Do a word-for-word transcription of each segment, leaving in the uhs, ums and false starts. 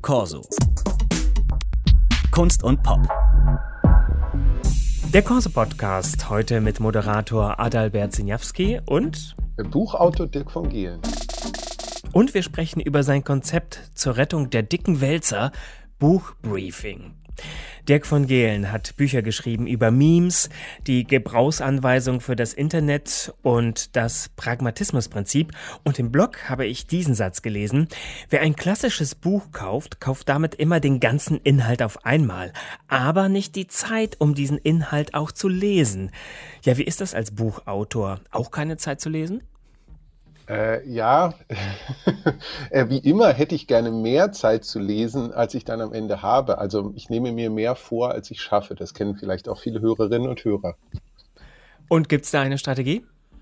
Corso. Kunst und Pop. Der Corso-Podcast heute mit Moderator Adalbert Siniawski und Buchautor Dirk von Gehlen. Und wir sprechen über sein Konzept zur Rettung der dicken Wälzer, Buchbriefing. Dirk von Gehlen hat Bücher geschrieben über Memes, die Gebrauchsanweisung für das Internet und das Pragmatismusprinzip. Und im Blog habe ich diesen Satz gelesen: Wer ein klassisches Buch kauft, kauft damit immer den ganzen Inhalt auf einmal, aber nicht die Zeit, um diesen Inhalt auch zu lesen. Ja, wie ist das als Buchautor? Auch keine Zeit zu lesen? Äh, ja, äh, wie immer hätte ich gerne mehr Zeit zu lesen, als ich dann am Ende habe. Also ich nehme mir mehr vor, als ich schaffe. Das kennen vielleicht auch viele Hörerinnen und Hörer. Und gibt es da eine Strategie?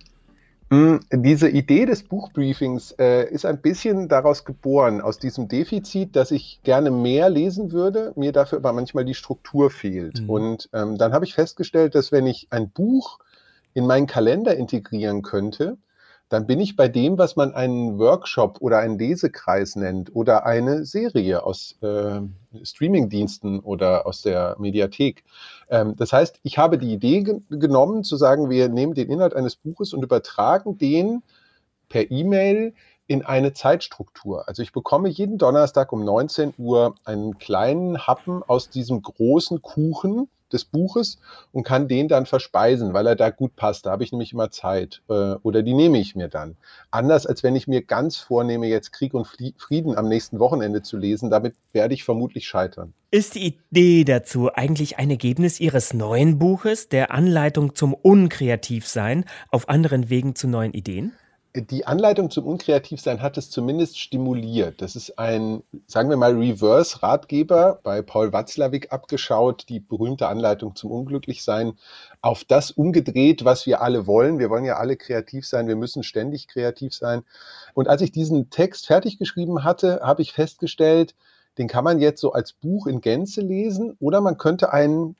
Mm, diese Idee des Buchbriefings äh, ist ein bisschen daraus geboren, aus diesem Defizit, dass ich gerne mehr lesen würde, mir dafür aber manchmal die Struktur fehlt. Mhm. Und ähm, dann habe ich festgestellt, dass wenn ich ein Buch in meinen Kalender integrieren könnte, dann bin ich bei dem, was man einen Workshop oder einen Lesekreis nennt oder eine Serie aus äh, Streamingdiensten oder aus der Mediathek. Ähm, das heißt, ich habe die Idee ge- genommen, zu sagen, wir nehmen den Inhalt eines Buches und übertragen den per E-Mail in eine Zeitstruktur. Also ich bekomme jeden Donnerstag um neunzehn Uhr einen kleinen Happen aus diesem großen Kuchen des Buches und kann den dann verspeisen, weil er da gut passt. Da habe ich nämlich immer Zeit äh, oder die nehme ich mir dann. Anders als wenn ich mir ganz vornehme, jetzt Krieg und Frieden am nächsten Wochenende zu lesen. Damit werde ich vermutlich scheitern. Ist die Idee dazu eigentlich ein Ergebnis Ihres neuen Buches, der Anleitung zum Unkreativsein auf anderen Wegen zu neuen Ideen? Die Anleitung zum Unkreativsein hat es zumindest stimuliert. Das ist ein, sagen wir mal, Reverse-Ratgeber, bei Paul Watzlawick abgeschaut, die berühmte Anleitung zum Unglücklichsein, auf das umgedreht, was wir alle wollen. Wir wollen ja alle kreativ sein, wir müssen ständig kreativ sein. Und als ich diesen Text fertig geschrieben hatte, habe ich festgestellt, den kann man jetzt so als Buch in Gänze lesen oder man könnte einen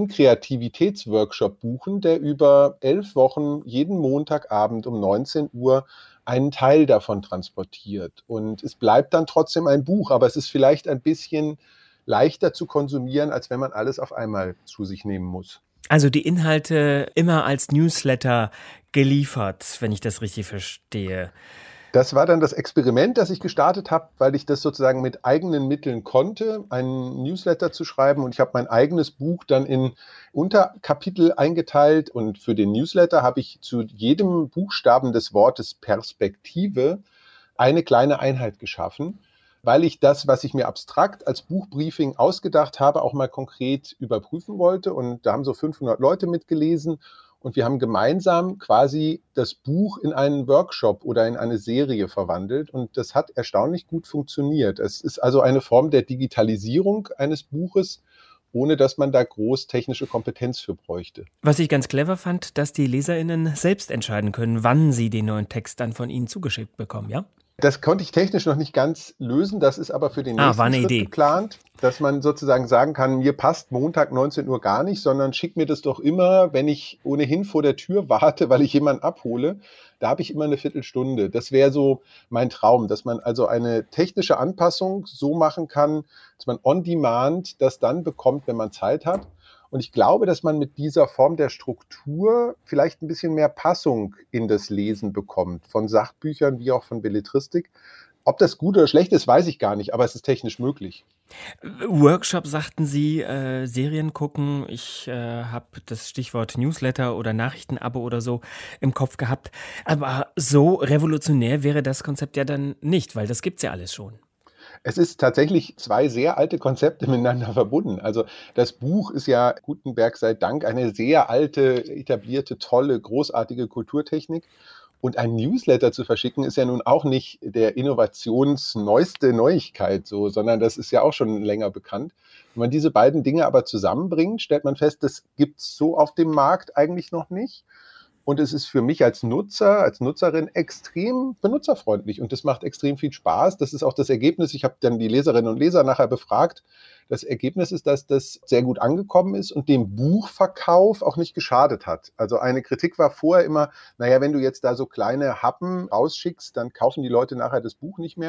Unkreativitätsworkshop buchen, der über elf Wochen jeden Montagabend um neunzehn Uhr einen Teil davon transportiert. Und es bleibt dann trotzdem ein Buch, aber es ist vielleicht ein bisschen leichter zu konsumieren, als wenn man alles auf einmal zu sich nehmen muss. Also die Inhalte immer als Newsletter geliefert, wenn ich das richtig verstehe. Das war dann das Experiment, das ich gestartet habe, weil ich das sozusagen mit eigenen Mitteln konnte, einen Newsletter zu schreiben. Und ich habe mein eigenes Buch dann in Unterkapitel eingeteilt. Und für den Newsletter habe ich zu jedem Buchstaben des Wortes Perspektive eine kleine Einheit geschaffen, weil ich das, was ich mir abstrakt als Buchbriefing ausgedacht habe, auch mal konkret überprüfen wollte. Und da haben so fünfhundert Leute mitgelesen. Und wir haben gemeinsam quasi das Buch in einen Workshop oder in eine Serie verwandelt. Und das hat erstaunlich gut funktioniert. Es ist also eine Form der Digitalisierung eines Buches, ohne dass man da groß technische Kompetenz für bräuchte. Was ich ganz clever fand, dass die LeserInnen selbst entscheiden können, wann sie den neuen Text dann von Ihnen zugeschickt bekommen, ja? Das konnte ich technisch noch nicht ganz lösen. Das ist aber für den nächsten ah, Schritt Idee. geplant, dass man sozusagen sagen kann, mir passt Montag neunzehn Uhr gar nicht, sondern schick mir das doch immer, wenn ich ohnehin vor der Tür warte, weil ich jemanden abhole. Da habe ich immer eine Viertelstunde. Das wäre so mein Traum, dass man also eine technische Anpassung so machen kann, dass man on demand das dann bekommt, wenn man Zeit hat. Und ich glaube, dass man mit dieser Form der Struktur vielleicht ein bisschen mehr Passung in das Lesen bekommt, von Sachbüchern wie auch von Belletristik. Ob das gut oder schlecht ist, weiß ich gar nicht, aber es ist technisch möglich. Workshop sagten Sie, äh, Serien gucken. Ich äh, habe das Stichwort Newsletter oder Nachrichtenabo oder so im Kopf gehabt. Aber so revolutionär wäre das Konzept ja dann nicht, weil das gibt's ja alles schon. Es ist tatsächlich zwei sehr alte Konzepte miteinander verbunden. Also das Buch ist ja, Gutenberg sei Dank, eine sehr alte, etablierte, tolle, großartige Kulturtechnik. Und ein Newsletter zu verschicken, ist ja nun auch nicht der innovationsneueste Neuigkeit, so, sondern das ist ja auch schon länger bekannt. Wenn man diese beiden Dinge aber zusammenbringt, stellt man fest, das gibt es so auf dem Markt eigentlich noch nicht. Und es ist für mich als Nutzer, als Nutzerin extrem benutzerfreundlich und das macht extrem viel Spaß. Das ist auch das Ergebnis. Ich habe dann die Leserinnen und Leser nachher befragt. Das Ergebnis ist, dass das sehr gut angekommen ist und dem Buchverkauf auch nicht geschadet hat. Also eine Kritik war vorher immer, naja, wenn du jetzt da so kleine Happen rausschickst, dann kaufen die Leute nachher das Buch nicht mehr.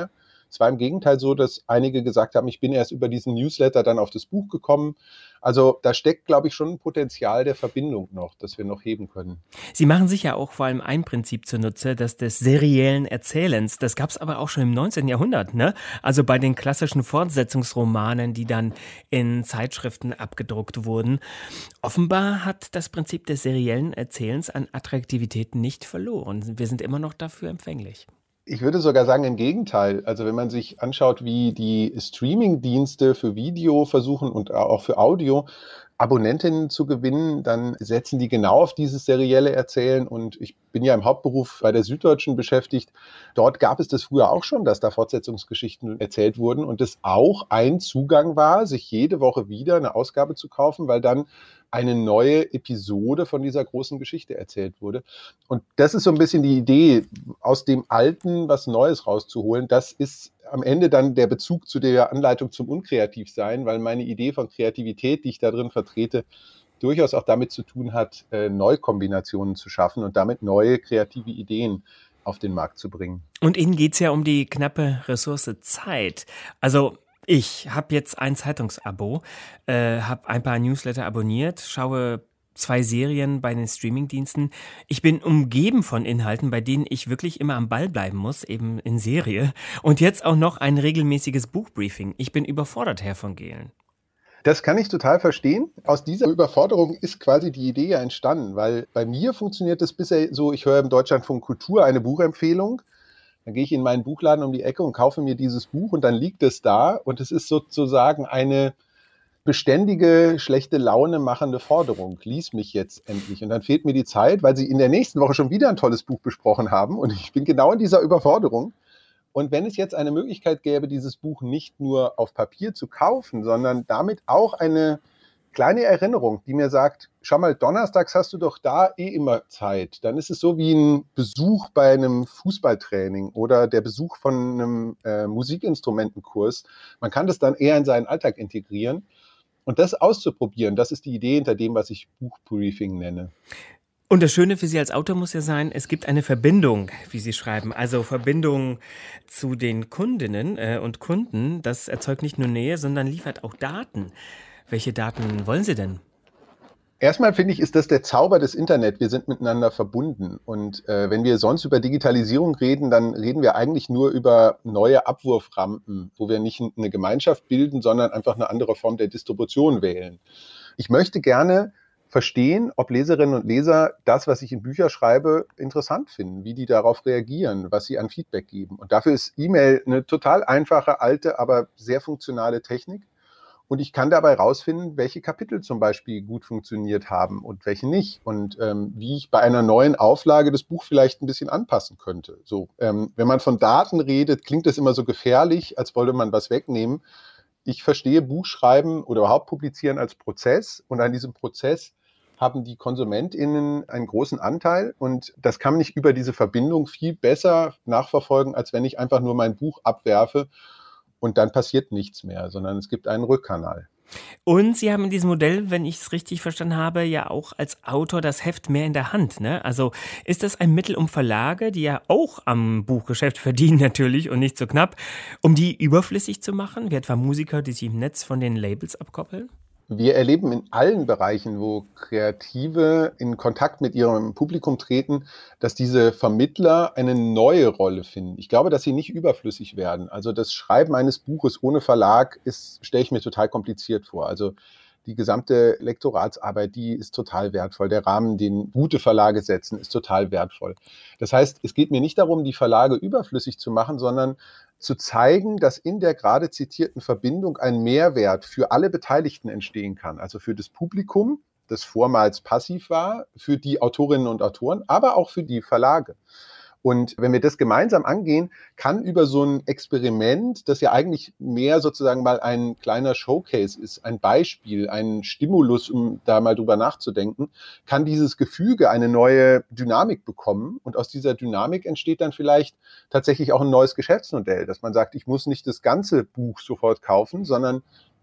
Es war im Gegenteil so, dass einige gesagt haben, ich bin erst über diesen Newsletter dann auf das Buch gekommen. Also da steckt, glaube ich, schon ein Potenzial der Verbindung noch, das wir noch heben können. Sie machen sich ja auch vor allem ein Prinzip zunutze, das des seriellen Erzählens. Das gab es aber auch schon im neunzehnten Jahrhundert, ne? Also bei den klassischen Fortsetzungsromanen, die dann in Zeitschriften abgedruckt wurden. Offenbar hat das Prinzip des seriellen Erzählens an Attraktivität nicht verloren. Wir sind immer noch dafür empfänglich. Ich würde sogar sagen, im Gegenteil. Also wenn man sich anschaut, wie die Streaming-Dienste für Video versuchen und auch für Audio Abonnentinnen zu gewinnen, dann setzen die genau auf dieses serielle Erzählen. Und ich bin ja im Hauptberuf bei der Süddeutschen beschäftigt. Dort gab es das früher auch schon, dass da Fortsetzungsgeschichten erzählt wurden und das auch ein Zugang war, sich jede Woche wieder eine Ausgabe zu kaufen, weil dann eine neue Episode von dieser großen Geschichte erzählt wurde. Und das ist so ein bisschen die Idee, aus dem Alten was Neues rauszuholen. Das ist am Ende dann der Bezug zu der Anleitung zum Unkreativsein, weil meine Idee von Kreativität, die ich da drin vertrete, durchaus auch damit zu tun hat, Neukombinationen zu schaffen und damit neue kreative Ideen auf den Markt zu bringen. Und Ihnen geht es ja um die knappe Ressource Zeit. Also ich habe jetzt ein Zeitungsabo, äh, habe ein paar Newsletter abonniert, schaue zwei Serien bei den Streamingdiensten. Ich bin umgeben von Inhalten, bei denen ich wirklich immer am Ball bleiben muss, eben in Serie. Und jetzt auch noch ein regelmäßiges Buchbriefing. Ich bin überfordert, Herr von Gehlen. Das kann ich total verstehen. Aus dieser Überforderung ist quasi die Idee ja entstanden, weil bei mir funktioniert das bisher so, ich höre im Deutschlandfunk Kultur eine Buchempfehlung. Dann gehe ich in meinen Buchladen um die Ecke und kaufe mir dieses Buch und dann liegt es da und es ist sozusagen eine beständige, schlechte Laune machende Forderung. Lies mich jetzt endlich. Und dann fehlt mir die Zeit, weil Sie in der nächsten Woche schon wieder ein tolles Buch besprochen haben und ich bin genau in dieser Überforderung. Und wenn es jetzt eine Möglichkeit gäbe, dieses Buch nicht nur auf Papier zu kaufen, sondern damit auch eine kleine Erinnerung, die mir sagt, schau mal, donnerstags hast du doch da eh immer Zeit. Dann ist es so wie ein Besuch bei einem Fußballtraining oder der Besuch von einem äh, Musikinstrumentenkurs. Man kann das dann eher in seinen Alltag integrieren. Und das auszuprobieren, das ist die Idee hinter dem, was ich Buchbriefing nenne. Und das Schöne für Sie als Autor muss ja sein, es gibt eine Verbindung, wie Sie schreiben, also Verbindung zu den Kundinnen äh, und Kunden. Das erzeugt nicht nur Nähe, sondern liefert auch Daten. Welche Daten wollen Sie denn? Erstmal finde ich, ist das der Zauber des Internet. Wir sind miteinander verbunden. Und äh, wenn wir sonst über Digitalisierung reden, dann reden wir eigentlich nur über neue Abwurframpen, wo wir nicht eine Gemeinschaft bilden, sondern einfach eine andere Form der Distribution wählen. Ich möchte gerne verstehen, ob Leserinnen und Leser das, was ich in Bücher schreibe, interessant finden, wie die darauf reagieren, was sie an Feedback geben. Und dafür ist E-Mail eine total einfache, alte, aber sehr funktionale Technik. Und ich kann dabei rausfinden, welche Kapitel zum Beispiel gut funktioniert haben und welche nicht. Und ähm, wie ich bei einer neuen Auflage das Buch vielleicht ein bisschen anpassen könnte. So, ähm, wenn man von Daten redet, klingt das immer so gefährlich, als wollte man was wegnehmen. Ich verstehe Buchschreiben oder überhaupt Publizieren als Prozess. Und an diesem Prozess haben die KonsumentInnen einen großen Anteil. Und das kann man nicht über diese Verbindung viel besser nachverfolgen, als wenn ich einfach nur mein Buch abwerfe. Und dann passiert nichts mehr, sondern es gibt einen Rückkanal. Und Sie haben in diesem Modell, wenn ich es richtig verstanden habe, ja auch als Autor das Heft mehr in der Hand, ne? Also ist das ein Mittel, um Verlage, die ja auch am Buchgeschäft verdienen natürlich und nicht so knapp, um die überflüssig zu machen, wie etwa Musiker, die sich im Netz von den Labels abkoppeln? Wir erleben in allen Bereichen, wo Kreative in Kontakt mit ihrem Publikum treten, dass diese Vermittler eine neue Rolle finden. Ich glaube, dass sie nicht überflüssig werden. Also das Schreiben eines Buches ohne Verlag ist, stelle ich mir total kompliziert vor. Also die gesamte Lektoratsarbeit, die ist total wertvoll. Der Rahmen, den gute Verlage setzen, ist total wertvoll. Das heißt, es geht mir nicht darum, die Verlage überflüssig zu machen, sondern zu zeigen, dass in der gerade zitierten Verbindung ein Mehrwert für alle Beteiligten entstehen kann. Also für das Publikum, das vormals passiv war, für die Autorinnen und Autoren, aber auch für die Verlage. Und wenn wir das gemeinsam angehen, kann über so ein Experiment, das ja eigentlich mehr sozusagen mal ein kleiner Showcase ist, ein Beispiel, ein Stimulus, um da mal drüber nachzudenken, kann dieses Gefüge eine neue Dynamik bekommen. Und aus dieser Dynamik entsteht dann vielleicht tatsächlich auch ein neues Geschäftsmodell, dass man sagt, ich muss nicht das ganze Buch sofort kaufen, sondern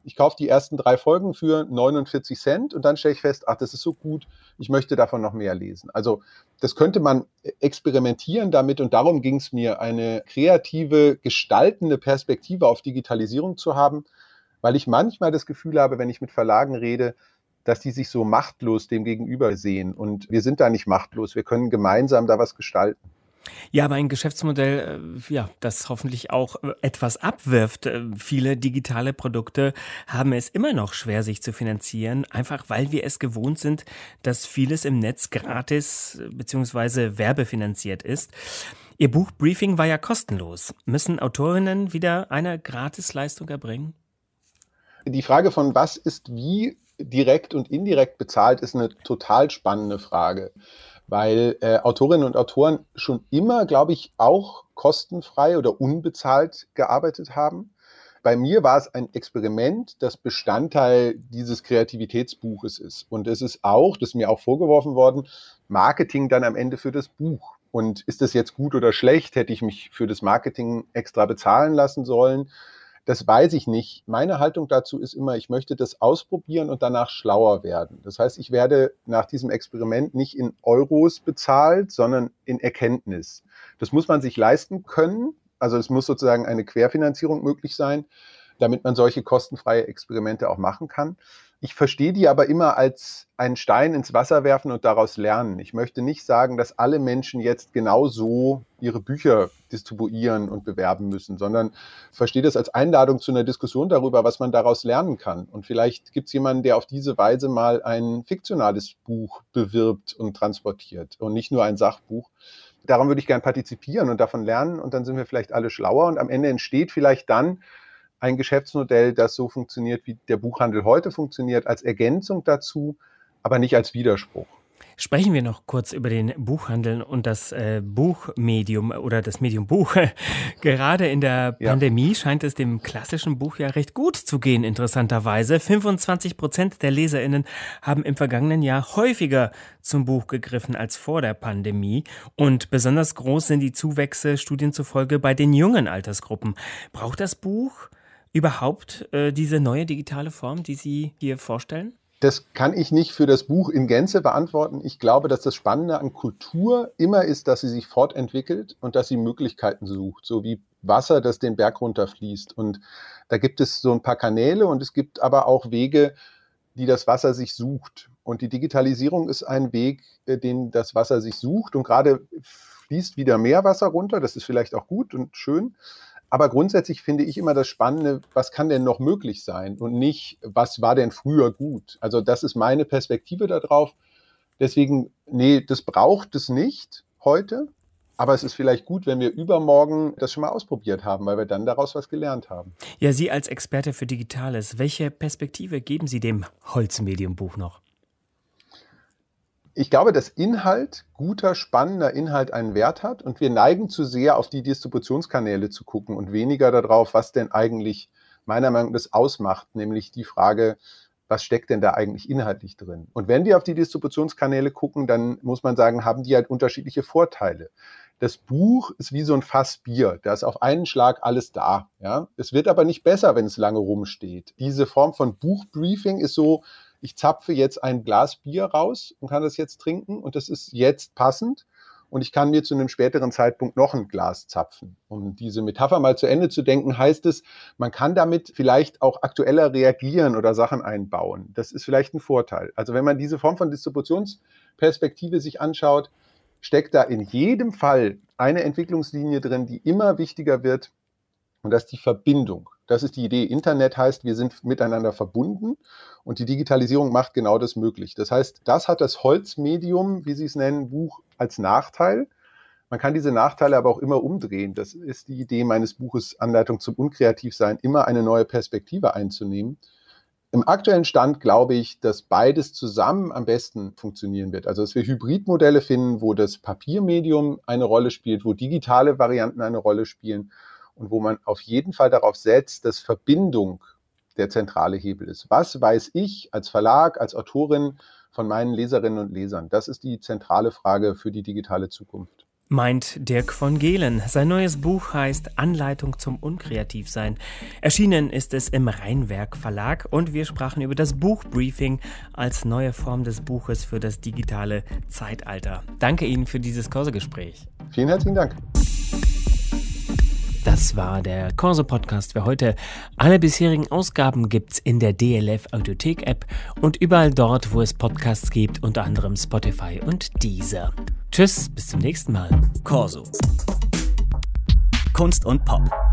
ich kaufe die ersten drei Folgen für neunundvierzig Cent und dann stelle ich fest, ach, das ist so gut, ich möchte davon noch mehr lesen. Also das könnte man experimentieren damit und darum ging es mir, eine kreative, gestaltende Perspektive auf Digitalisierung zu haben, weil ich manchmal das Gefühl habe, wenn ich mit Verlagen rede, dass die sich so machtlos dem gegenüber sehen. Und wir sind da nicht machtlos, wir können gemeinsam da was gestalten. Ja, aber ein Geschäftsmodell, äh, ja, das hoffentlich auch äh, etwas abwirft. Äh, viele digitale Produkte haben es immer noch schwer, sich zu finanzieren, einfach weil wir es gewohnt sind, dass vieles im Netz gratis äh, bzw. werbefinanziert ist. Ihr Buch Briefing war ja kostenlos. Müssen Autorinnen wieder eine Gratisleistung erbringen? Die Frage von was ist wie direkt und indirekt bezahlt, ist eine total spannende Frage. Weil äh, Autorinnen und Autoren schon immer, glaube ich, auch kostenfrei oder unbezahlt gearbeitet haben. Bei mir war es ein Experiment, das Bestandteil dieses Kreativitätsbuches ist. Und es ist auch, das ist mir auch vorgeworfen worden, Marketing dann am Ende für das Buch. Und ist das jetzt gut oder schlecht? Hätte ich mich für das Marketing extra bezahlen lassen sollen? Das weiß ich nicht. Meine Haltung dazu ist immer, ich möchte das ausprobieren und danach schlauer werden. Das heißt, ich werde nach diesem Experiment nicht in Euros bezahlt, sondern in Erkenntnis. Das muss man sich leisten können. Also es muss sozusagen eine Querfinanzierung möglich sein, damit man solche kostenfreie Experimente auch machen kann. Ich verstehe die aber immer als einen Stein ins Wasser werfen und daraus lernen. Ich möchte nicht sagen, dass alle Menschen jetzt genau so ihre Bücher distribuieren und bewerben müssen, sondern verstehe das als Einladung zu einer Diskussion darüber, was man daraus lernen kann. Und vielleicht gibt es jemanden, der auf diese Weise mal ein fiktionales Buch bewirbt und transportiert und nicht nur ein Sachbuch. Daran würde ich gern partizipieren und davon lernen und dann sind wir vielleicht alle schlauer und am Ende entsteht vielleicht dann ein Geschäftsmodell, das so funktioniert, wie der Buchhandel heute funktioniert, als Ergänzung dazu, aber nicht als Widerspruch. Sprechen wir noch kurz über den Buchhandel und das äh, Buchmedium oder das Medium Buch. Gerade in der Ja. Pandemie scheint es dem klassischen Buch ja recht gut zu gehen, interessanterweise. fünfundzwanzig Prozent der LeserInnen haben im vergangenen Jahr häufiger zum Buch gegriffen als vor der Pandemie. Und besonders groß sind die Zuwächse Studien zufolge bei den jungen Altersgruppen. Braucht das Buch überhaupt äh, diese neue digitale Form, die Sie hier vorstellen? Das kann ich nicht für das Buch in Gänze beantworten. Ich glaube, dass das Spannende an Kultur immer ist, dass sie sich fortentwickelt und dass sie Möglichkeiten sucht, so wie Wasser, das den Berg runterfließt. Und da gibt es so ein paar Kanäle und es gibt aber auch Wege, die das Wasser sich sucht. Und die Digitalisierung ist ein Weg, den das Wasser sich sucht. Und gerade fließt wieder mehr Wasser runter. Das ist vielleicht auch gut und schön. Aber grundsätzlich finde ich immer das Spannende, was kann denn noch möglich sein und nicht, was war denn früher gut? Also das ist meine Perspektive darauf. Deswegen, nee, das braucht es nicht heute, aber es ist vielleicht gut, wenn wir übermorgen das schon mal ausprobiert haben, weil wir dann daraus was gelernt haben. Ja, Sie als Experte für Digitales, welche Perspektive geben Sie dem Holzmedium-Buch noch? Ich glaube, dass Inhalt, guter, spannender Inhalt einen Wert hat und wir neigen zu sehr auf die Distributionskanäle zu gucken und weniger darauf, was denn eigentlich meiner Meinung nach das ausmacht, nämlich die Frage, was steckt denn da eigentlich inhaltlich drin? Und wenn wir auf die Distributionskanäle gucken, dann muss man sagen, haben die halt unterschiedliche Vorteile. Das Buch ist wie so ein Fass Bier, da ist auf einen Schlag alles da. Ja? Es wird aber nicht besser, wenn es lange rumsteht. Diese Form von Buchbriefing ist so, ich zapfe jetzt ein Glas Bier raus und kann das jetzt trinken und das ist jetzt passend und ich kann mir zu einem späteren Zeitpunkt noch ein Glas zapfen. Um diese Metapher mal zu Ende zu denken, heißt es, man kann damit vielleicht auch aktueller reagieren oder Sachen einbauen. Das ist vielleicht ein Vorteil. Also wenn man diese Form von Distributionsperspektive sich anschaut, steckt da in jedem Fall eine Entwicklungslinie drin, die immer wichtiger wird und das ist die Verbindung. Das ist die Idee. Internet heißt, wir sind miteinander verbunden und die Digitalisierung macht genau das möglich. Das heißt, das hat das Holzmedium, wie Sie es nennen, Buch als Nachteil. Man kann diese Nachteile aber auch immer umdrehen. Das ist die Idee meines Buches Anleitung zum Unkreativsein, immer eine neue Perspektive einzunehmen. Im aktuellen Stand glaube ich, dass beides zusammen am besten funktionieren wird. Also dass wir Hybridmodelle finden, wo das Papiermedium eine Rolle spielt, wo digitale Varianten eine Rolle spielen. Und wo man auf jeden Fall darauf setzt, dass Verbindung der zentrale Hebel ist. Was weiß ich als Verlag, als Autorin von meinen Leserinnen und Lesern? Das ist die zentrale Frage für die digitale Zukunft. Meint Dirk von Gehlen. Sein neues Buch heißt Anleitung zum Unkreativsein. Erschienen ist es im Rheinwerk Verlag und wir sprachen über das Buchbriefing als neue Form des Buches für das digitale Zeitalter. Danke Ihnen für dieses Corso-Gespräch. Vielen herzlichen Dank. Das war der Corso-Podcast für heute. Alle bisherigen Ausgaben gibt's in der D L F Audiothek-App und überall dort, wo es Podcasts gibt, unter anderem Spotify und Deezer. Tschüss, bis zum nächsten Mal. Corso. Kunst und Pop.